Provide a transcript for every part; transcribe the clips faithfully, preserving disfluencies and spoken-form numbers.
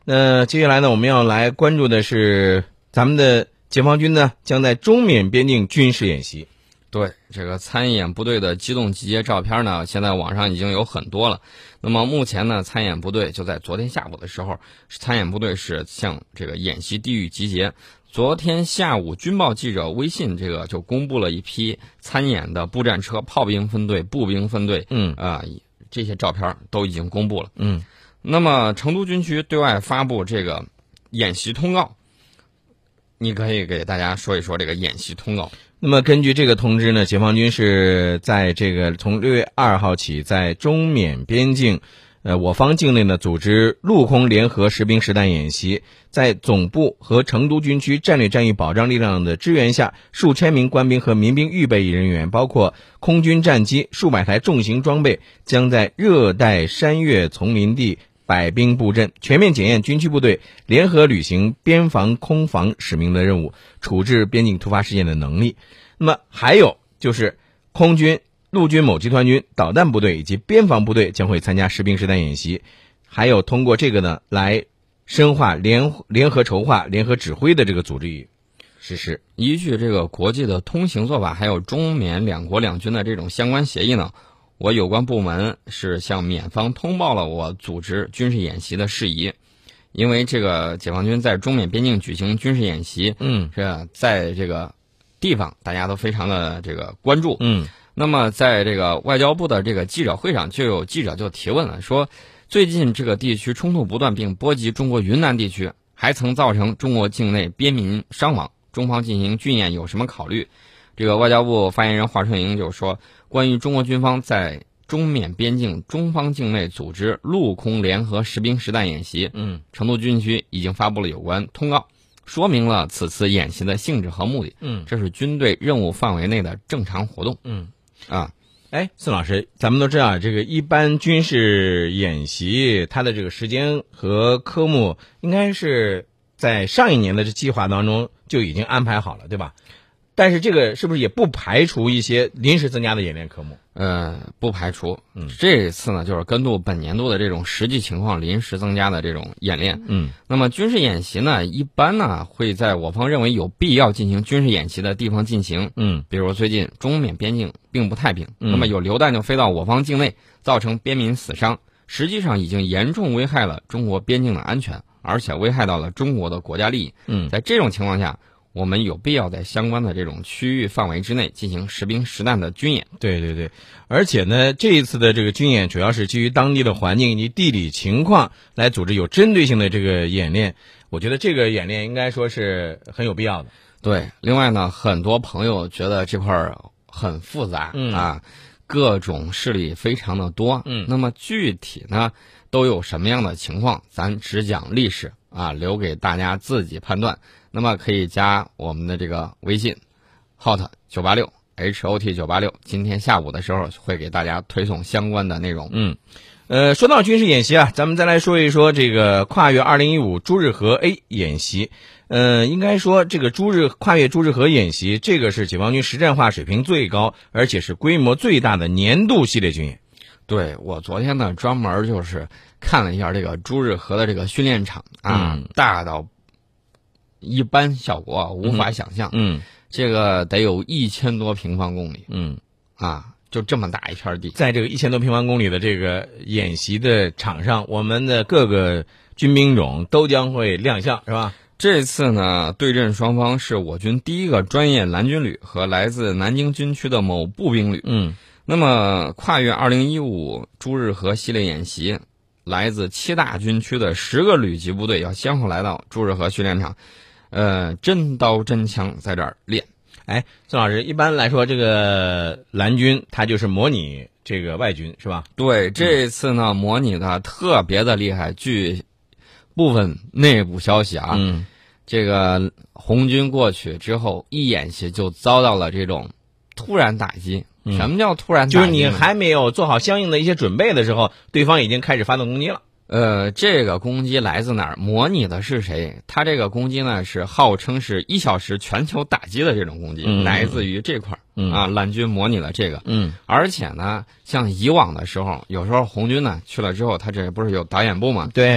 那接下来呢，我们要来关注的是咱们的解放军呢将在中缅边境军事演习。 对，这个参演部队的机动集结照片呢，现在网上已经有很多了。那么目前呢，参演部队就在昨天下午的时候，参演部队是向这个演习地域集结。昨天下午，军报记者微信这个就公布了一批参演的步战车、炮兵分队、步兵分队， 嗯啊、呃，这些照片都已经公布了。 嗯， 那么成都军区对外发布这个演习通告，你可以给大家说一说这个演习通告。 那么根据这个通知呢，解放军是在这个从六月二号起，在中缅边境，呃，我方境内呢组织陆空联合实兵实弹演习，在总部和成都军区战略战役保障力量的支援下，数千名官兵和民兵预备役人员，包括空军战机、数百台重型装备，将在热带山岳丛林地摆兵布阵，全面检验军区部队联合履行边防空防使命的任务，处置边境突发事件的能力。那么还有就是空军、陆军某集团军导弹部队以及边防部队将会参加实兵实弹演习，还有通过这个呢来深化联联合筹划、联合指挥的这个组织与实施。 依据这个国际的通行做法，还有中缅两国两军的这种相关协议呢，我有关部门是向缅方通报了我组织军事演习的事宜。因为这个解放军在中缅边境举行军事演习， 嗯， 是在这个地方大家都非常的这个关注， 嗯。 那么在这个外交部的这个记者会上，就有记者就提问了，说最近这个地区冲突不断，并波及中国云南地区，还曾造成中国境内边民伤亡，中方进行军演有什么考虑？这个外交部发言人华春莹就说，关于中国军方在中缅边境中方境内组织陆空联合实兵实弹演习， 嗯， 成都军区已经发布了有关通告，说明了此次演习的性质和目的。 嗯， 这是军队任务范围内的正常活动。 嗯， 啊， 哎，孙老师，咱们都知道，这个一般军事演习它的这个时间和科目，应该是在上一年的这计划当中就已经安排好了，对吧？但是这个是不是也不排除一些临时增加的演练科目？ 呃，不排除。 嗯， 这一次呢，就是根据本年度的这种实际情况临时增加的这种演练。 嗯， 那么军事演习呢，一般呢会在我方认为有必要进行军事演习的地方进行。 嗯， 比如最近中缅边境并不太平， 嗯、 那么有榴弹就飞到我方境内，造成边民死伤，实际上已经严重危害了中国边境的安全，而且危害到了中国的国家利益。 嗯， 在这种情况下，我们有必要在相关的这种区域范围之内进行实兵实弹的军演。 对对对，而且呢，这一次的这个军演主要是基于当地的环境以及地理情况来组织有针对性的这个演练。我觉得这个演练应该说是很有必要的。 对，另外呢，很多朋友觉得这块儿很复杂、 嗯、 啊，各种势力非常的多。 嗯， 那么具体呢都有什么样的情况，咱只讲历史啊，留给大家自己判断。那么可以加我们的这个微信 hot 九八六 H O T 九八六，今天下午的时候会给大家推送相关的内容。 嗯，呃，说到军事演习啊，咱们再来说一说这个跨越二零一五朱日和 A 演习。呃，应该说这个朱日跨越朱日和演习，这个是解放军实战化水平最高，而且是规模最大的年度系列军演。 对，我昨天呢专门就是看了一下这个朱日和的这个训练场啊， 嗯、 大到一般小国啊无法想象。 嗯， 这个得有一千多平方公里。 嗯， 啊，就这么大一片地， 在这个一千多平方公里的这个演习的场上，我们的各个军兵种都将会亮相，是吧？ 这次呢，对阵双方是我军第一个专业蓝军旅和来自南京军区的某步兵旅。 嗯， 那么跨越二零一五朱日和系列演习，来自七大军区的十个旅级部队要先后来到朱日和训练场，呃，真刀真枪在这儿练。 哎，孙老师，一般来说，这个蓝军它就是模拟这个外军，是吧？ 对，这次呢，嗯、模拟的特别的厉害。据部分内部消息啊， 嗯， 这个红军过去之后一演习就遭到了这种突然打击。 嗯、 什么叫突然打击？ 就是你还没有做好相应的一些准备的时候，对方已经开始发动攻击了。 呃，这个攻击来自哪儿？模拟的是谁？他这个攻击呢，是号称是一小时全球打击的这种攻击， 嗯、 来自于这块儿、 嗯、 啊，蓝军模拟了这个。 嗯， 而且呢，像以往的时候，有时候红军呢去了之后，他这不是有导演部吗？ 对呀、啊。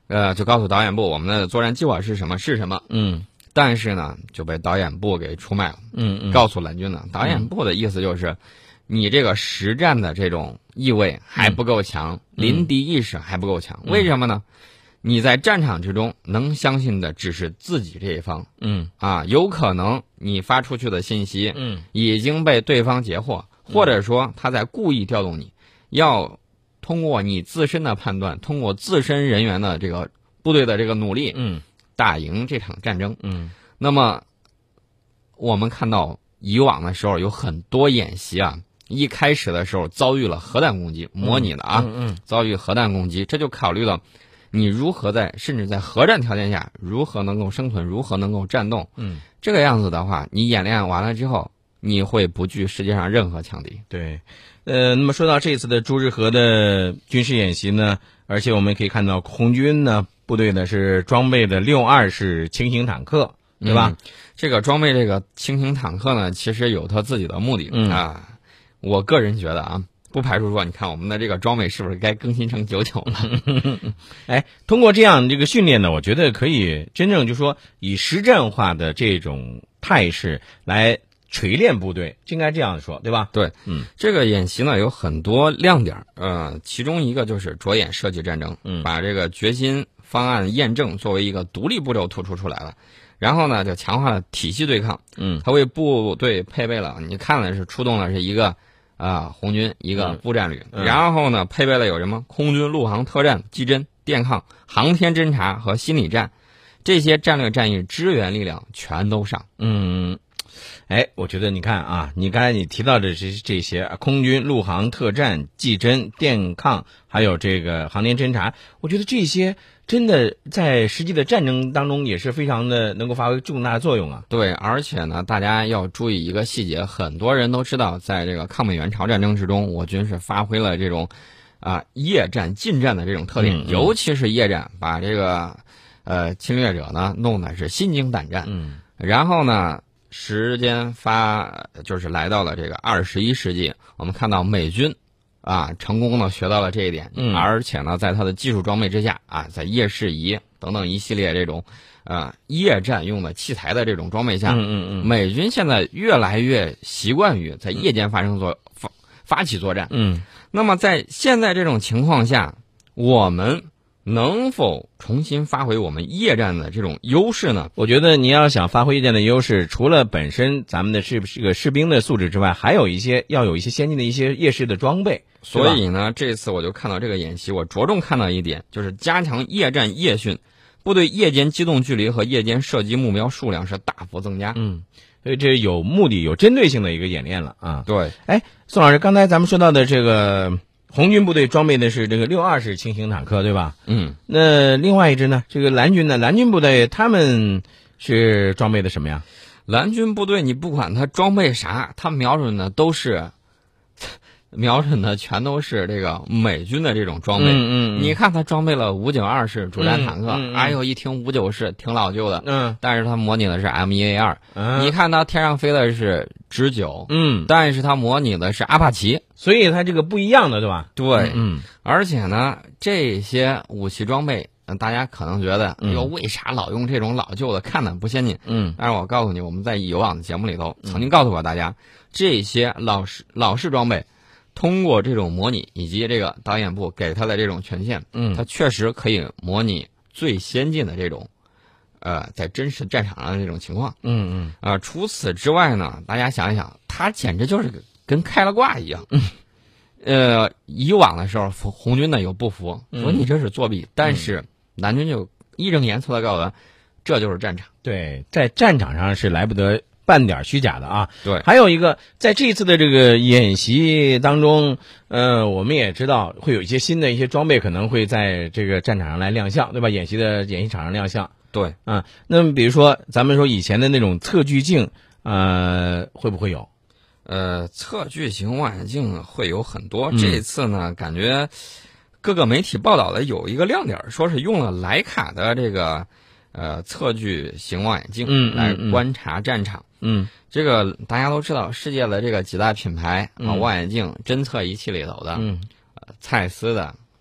呃，就告诉导演部我们的作战计划是什么是什么。 嗯， 但是呢，就被导演部给出卖了。 嗯嗯， 告诉蓝军呢，导演部的意思就是，你这个实战的这种意味还不够强， 嗯、 临敌意识还不够强。为什么呢？你在战场之中能相信的只是自己这一方。 嗯啊，有可能你发出去的信息， 嗯， 已经被对方截获，或者说他在故意调动你，要通过你自身的判断，通过自身人员的这个部队的这个努力， 嗯， 打赢这场战争。 嗯， 那么我们看到以往的时候有很多演习啊，一开始的时候遭遇了核弹攻击，模拟的啊， 嗯 嗯, 嗯， 遭遇核弹攻击，这就考虑了你如何在甚至在核战条件下如何能够生存，如何能够战斗。 嗯， 这个样子的话，你演练完了之后，你会不惧世界上任何强敌。 对，呃，那么说到这次的朱日和的军事演习呢，而且我们可以看到红军呢部队呢是装备的六二式轻型坦克，对吧？ 嗯、这个装备这个轻型坦克呢，其实有它自己的目的、 嗯、 啊。我个人觉得啊，不排除说，你看我们的这个装备是不是该更新成九九了？ 哎，通过这样这个训练呢，我觉得可以真正就说以实战化的这种态势来锤炼部队，应该这样说，对吧？ 对， 嗯， 这个演习呢有很多亮点，呃，其中一个就是着眼设计战争， 嗯， 把这个决心、方案、验证作为一个独立步骤突出出来了。然后呢，就强化了体系对抗， 嗯， 它为部队配备了，你看了是出动了是一个啊、呃、红军一个步战旅， 嗯、 然后呢配备了有什么空军陆航特战、机侦、电抗、航天侦察和心理战，这些战略战役支援力量全都上， 嗯。哎，我觉得你看啊，你刚才你提到的这这些空军、陆航特战、技侦、电抗，还有这个航天侦察，我觉得这些真的在实际的战争当中也是非常的能够发挥重大的作用啊。 对，而且呢，大家要注意一个细节，很多人都知道，在这个抗美援朝战争之中，我军是发挥了这种啊、呃、夜战、近战的这种特点， 嗯嗯尤其是夜战，把这个呃侵略者呢弄得是心惊胆战。 嗯， 然后呢，时间发就是来到了这个二十一世纪，我们看到美军啊成功的学到了这一点， 嗯， 而且呢，在它的技术装备之下啊，在夜视仪等等一系列这种呃夜战用的器材的这种装备下， 嗯嗯嗯， 美军现在越来越习惯于在夜间发生作发发起作战， 嗯， 那么在现在这种情况下，我们能否重新发挥我们夜战的这种优势呢？ 我觉得你要想发挥夜战的优势，除了本身咱们的是这个士兵的素质之外，还有一些要有一些先进的一些夜视的装备。 所以呢，这次我就看到这个演习，我着重看到一点，就是加强夜战夜训，部队夜间机动距离和夜间射击目标数量是大幅增加。 嗯，所以这有目的、有针对性的一个演练了啊。 对， 哎，宋老师，刚才咱们说到的这个红军部队装备的是这个六二式轻型坦克，对吧？ 嗯， 那另外一支呢？这个蓝军呢？蓝军部队他们是装备的什么呀？ 蓝军部队你不管他装备啥，他瞄准的都是。瞄准的全都是这个美军的这种装备， 嗯嗯嗯， 你看他装备了五九二式主战坦克， 嗯嗯嗯、 哎呦，一听五九式挺老旧的， 嗯， 但是他模拟的是 M 一 A 二， 嗯， 你看他天上飞的是直九， 嗯， 但是他模拟的是阿帕奇， 所以它这个不一样的，对吧？ 对， 嗯， 而且呢，这些武器装备，大家可能觉得， 嗯、 哟，为啥老用这种老旧的，看的不先进？ 嗯， 但是我告诉你，我们在有网的节目里头曾经告诉过大家，这些老式老式装备。通过这种模拟以及这个导演部给他的这种权限， 嗯， 它确实可以模拟最先进的这种，呃，在真实战场上的这种情况， 嗯嗯， 啊、呃，除此之外呢，大家想一想，它简直就是跟开了挂一样， 嗯， 呃，以往的时候红军呢有不服，说你这是作弊， 嗯、 但是蓝军就义正言辞的告诉他，这就是战场， 对，在战场上是来不得半点虚假的啊！ 对， 还有一个，在这一次的这个演习当中，呃，我们也知道会有一些新的一些装备可能会在这个战场上来亮相，对吧？演习的演习场上亮相。 对， 啊，那么比如说咱们说以前的那种测距镜，呃，会不会有？ 呃，测距型望远镜会有很多。 嗯、 这一次呢，感觉各个媒体报道的有一个亮点，说是用了徕卡的这个。呃，测距型望远镜嗯来观察战场。 嗯， 这个大家都知道，世界的这个几大品牌啊， 嗯、 望远镜侦测仪器里头的， 嗯， 呃，蔡司的、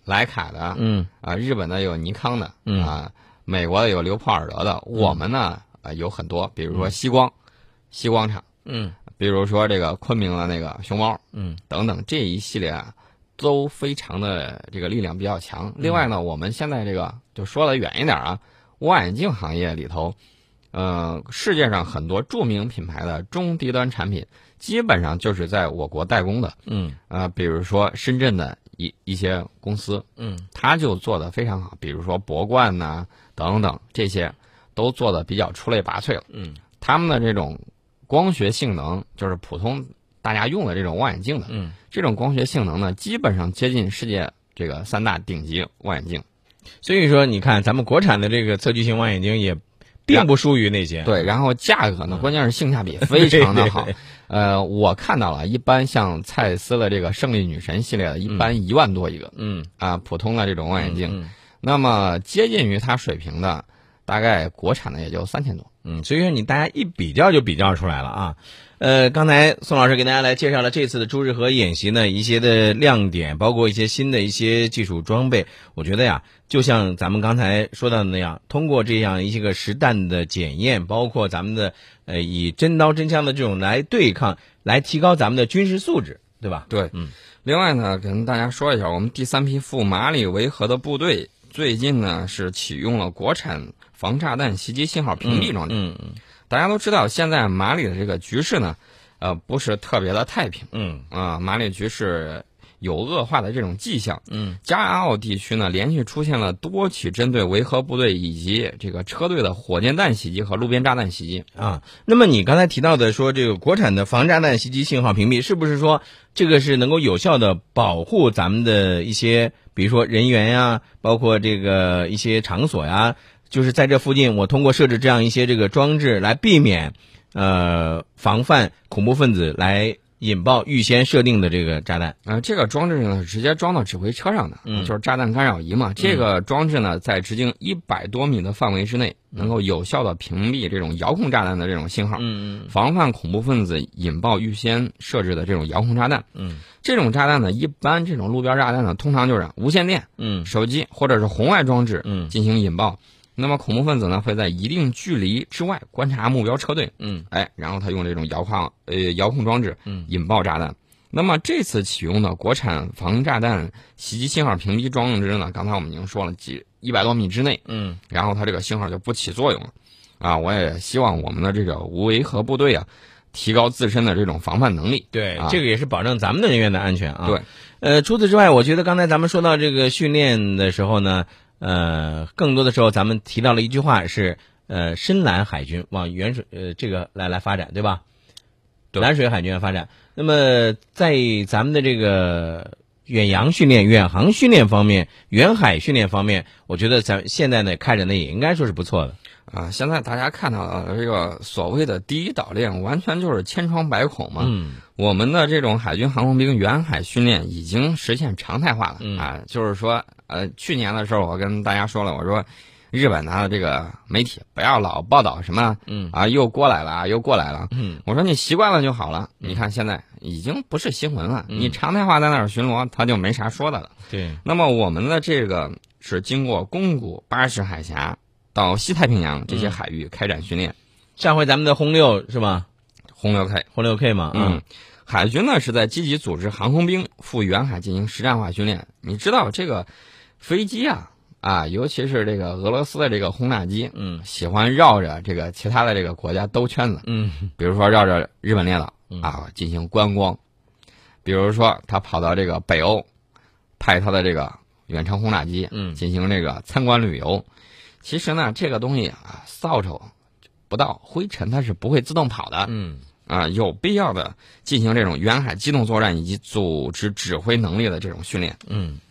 徕卡的， 嗯啊，日本的有尼康的， 嗯啊，美国的有刘泡尔德的，我们呢啊有很多，比如说西光，西光厂， 嗯比如说这个昆明的那个熊猫， 嗯等等这一系列啊，都非常的这个力量比较强。另外呢，我们现在这个就说的远一点啊，望远镜行业里头，呃，世界上很多著名品牌的中低端产品，基本上就是在我国代工的。 嗯呃，比如说深圳的一一些公司， 嗯它就做得非常好，比如说博冠呐、等等，这些都做得比较出类拔萃了。 嗯他们的这种光学性能，就是普通大家用的这种望远镜的， 嗯， 这种光学性能呢，基本上接近世界这个三大顶级望远镜。 所以说你看咱们国产的这个测距性望远镜也并不输于那些。 对，然后价格呢，关键是性价比非常的好。呃，我看到了，一般像蔡司的这个胜利女神系列的，一般一万多一个。 嗯啊，普通的这种望远镜， 嗯那么接近于它水平的，大概国产的也就三千多。 嗯，所以说你大家一比较就比较出来了啊。呃，刚才宋老师给大家来介绍了这次的朱日和演习呢一些的亮点，包括一些新的一些技术装备。我觉得呀，就像咱们刚才说到的那样，通过这样一些个实弹的检验，包括咱们的呃以真刀真枪的这种来对抗，来提高咱们的军事素质，对吧？ 对， 嗯。 另外呢，跟大家说一下，我们第三批赴马里维和的部队最近呢是启用了国产防炸弹袭击信号屏蔽装置。 嗯嗯大家都知道，现在马里的这个局势呢，呃，不是特别的太平嗯啊、马里局势有恶化的这种迹象。 嗯加亚奥地区呢，连续出现了多起针对维和部队以及这个车队的火箭弹袭击和路边炸弹袭击。 啊，那么你刚才提到的说这个国产的防炸弹袭击信号屏蔽，是不是说这个是能够有效的保护咱们的一些，比如说人员呀，包括这个一些场所呀，就是在这附近，我通过设置这样一些这个装置来避免，呃，防范恐怖分子来引爆预先设定的这个炸弹。 呃，这个装置呢是直接装到指挥车上的， 嗯就是炸弹干扰仪嘛。这个装置呢，在直径一百多米的范围之内，能够有效的屏蔽这种遥控炸弹的这种信号， 嗯嗯防范恐怖分子引爆预先设置的这种遥控炸弹。 嗯这种炸弹呢，一般这种路边炸弹呢，通常就是无线电、 嗯手机或者是红外装置嗯进行引爆。那么恐怖分子呢，会在一定距离之外观察目标车队， 嗯哎，然后他用这种遥控呃遥控装置嗯引爆炸弹。那么这次启用的国产防炸弹袭击信号屏蔽装置呢，刚才我们已经说了，几一百多米之内， 嗯然后它这个信号就不起作用了。啊，我也希望我们的这个无维和部队啊，提高自身的这种防范能力。 对， 啊这个也是保证咱们的人员的安全啊。 对， 呃，除此之外，我觉得刚才咱们说到这个训练的时候呢，呃，更多的时候咱们提到了一句话是，呃，深蓝海军往远水呃这个来来发展，对吧？ 对蓝水海军发展。那么在咱们的这个远洋训练、远航训练方面、远海训练方面，我觉得咱现在呢开展的也应该说是不错的。 啊，现在大家看到的这个所谓的第一岛链，完全就是千疮百孔嘛。 嗯我们的这种海军航空兵远海训练已经实现常态化了、 嗯啊，就是说，呃，去年的时候我跟大家说了，我说日本的这个媒体不要老报道什么， 嗯啊，又过来了啊，又过来了。 嗯我说你习惯了就好了。你看现在已经不是新闻了， 嗯你常态化在那儿巡逻，他就没啥说的了。 对， 那么我们的这个是经过宫古、巴士海峡到西太平洋这些海域开展训练。 上回咱们的轰六是吧？ 轰六 K， 轰六 K 嘛， 嗯，海军呢是在积极组织航空兵赴远海进行实战化训练。你知道这个飞机啊啊，尤其是这个俄罗斯的这个轰炸机， 嗯喜欢绕着这个其他的这个国家兜圈子， 嗯比如说绕着日本列岛嗯啊进行观光，比如说他跑到这个北欧，派他的这个远程轰炸机， 嗯进行这个参观旅游。其实呢，这个东西啊，扫帚不到灰尘它是不会自动跑的。 嗯啊，有必要的进行这种远海机动作战以及组织指挥能力的这种训练。 嗯。